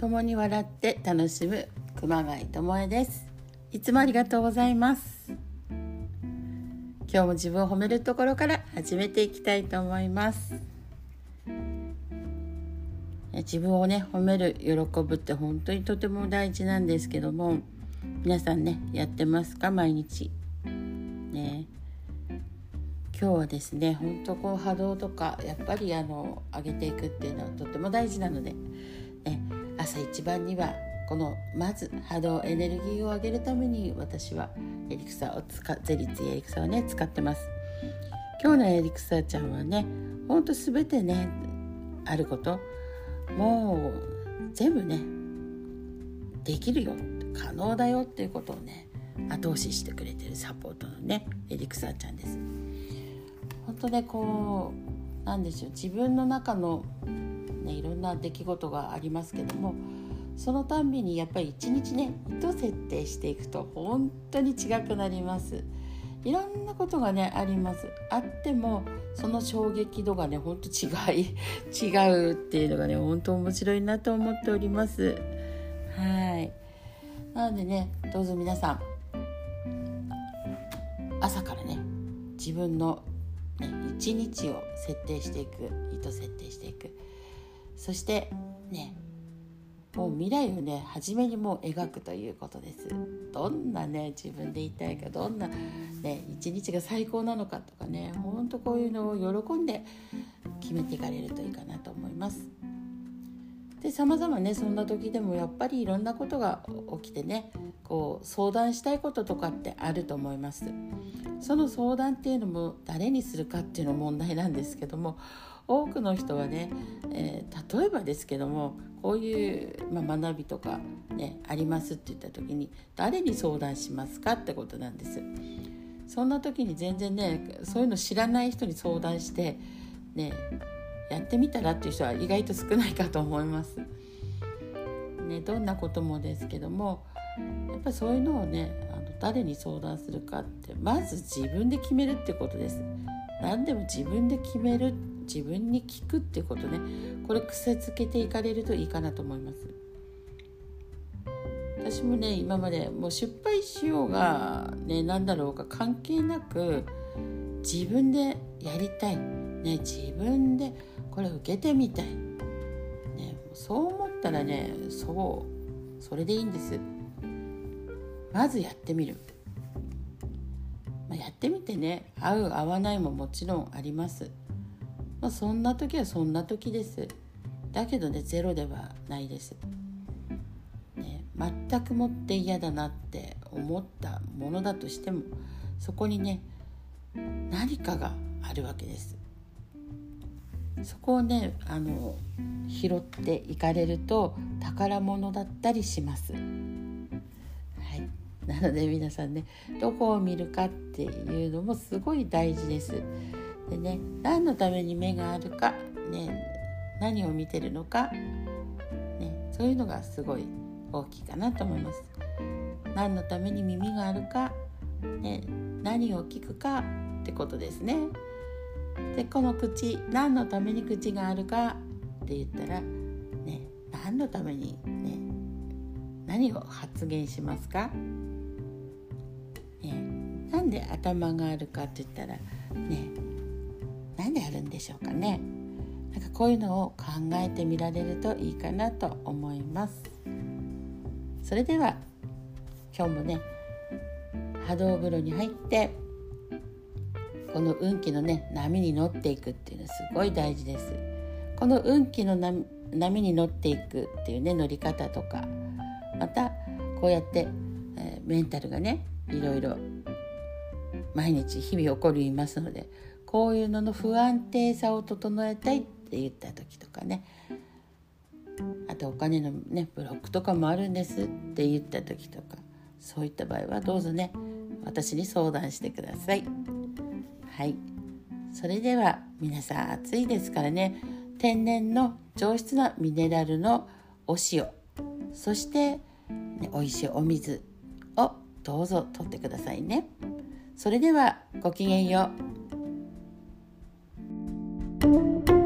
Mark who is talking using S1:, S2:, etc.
S1: 共に笑って楽しむ熊谷智恵です。いつもありがとうございます。今日も自分を褒めるところから始めていきたいと思います。自分をね褒める喜ぶって本当にとても大事なんですけども、皆さんねやってますか？毎日ね。今日はですね本当波動とかやっぱり上げていくっていうのはとても大事なので、朝一番にはこのまず波動エネルギーを上げるために私はエリクサゼリツエリクサをね使ってます。今日のエリクサちゃんはね本当すべてねあることもう全部ねできるよ可能だよっていうことをね後押ししてくれてるサポートのねエリクサちゃんです。本当ねなんでしょう、自分の中の、いろんな出来事がありますけども、そのたんびにやっぱり一日ね意図設定していくと本当に違くなります。いろんなことがねあります。あってもその衝撃度がね本当違うっていうのがね本当面白いなと思っております。なのでねどうぞ皆さん朝からね自分の一日を設定していく、意図設定していく、そしてねもう未来をね初めにもう描くということです。どんなね自分でいたいか、どんなね一日が最高なのかとかね、本当こういうのを喜んで決めていかれるといいかなと思います。で様々ねそんな時でもやっぱりいろんなことが起きてね相談したいこととかってあると思います。その相談っていうのも誰にするかっていうのも問題なんですけども、多くの人はね、例えばですけどもこういう、学びとかねありますって言った時に誰に相談しますかってことなんです。そんな時に全然ねそういうの知らない人に相談してねやってみたらっていう人は意外と少ないかと思います、どんなこともですけどもやっぱりそういうのをね誰に相談するかってまず自分で決めるってことです。何でも自分で決める、自分に聞くってことね、これ癖つけていかれるといいかなと思います。私もね今までもう失敗しようがね何だろうか関係なく自分でやりたい、自分でこれ受けてみたい、そう思ったらねそれでいいんです。まずやってみる、やってみてね合う合わないももちろんあります。そんな時はそんな時です。だけどねゼロではないです、全くもって嫌だなって思ったものだとしてもそこにね何かがあるわけです。そこをね拾っていかれると宝物だったりします。なので皆さんねどこを見るかっていうのもすごい大事です。でね何のために目があるか、何を見てるのか、そういうのがすごい大きいかなと思います。何のために耳があるか、何を聞くかってことですね。でこの口、何のために口があるかって言ったら、何のために何を発言しますか、なんで頭があるかって言ったらなんであるんでしょうかね。こういうのを考えてみられるといいかなと思います。それでは今日もね波動風呂に入ってこの運気の波に乗っていくっていうのはすごい大事です。この運気の波に乗っていくっていう乗り方とか、またこうやって、メンタルがいろいろ毎日日々起こりますので、こういうのの不安定さを整えたいって言った時とかあとお金のブロックとかもあるんですって言った時とか、そういった場合はどうぞ私に相談してください。それでは皆さん暑いですから天然の上質なミネラルのお塩、そして、おいしいお水をどうぞ取ってくださいね。それではごきげんよう。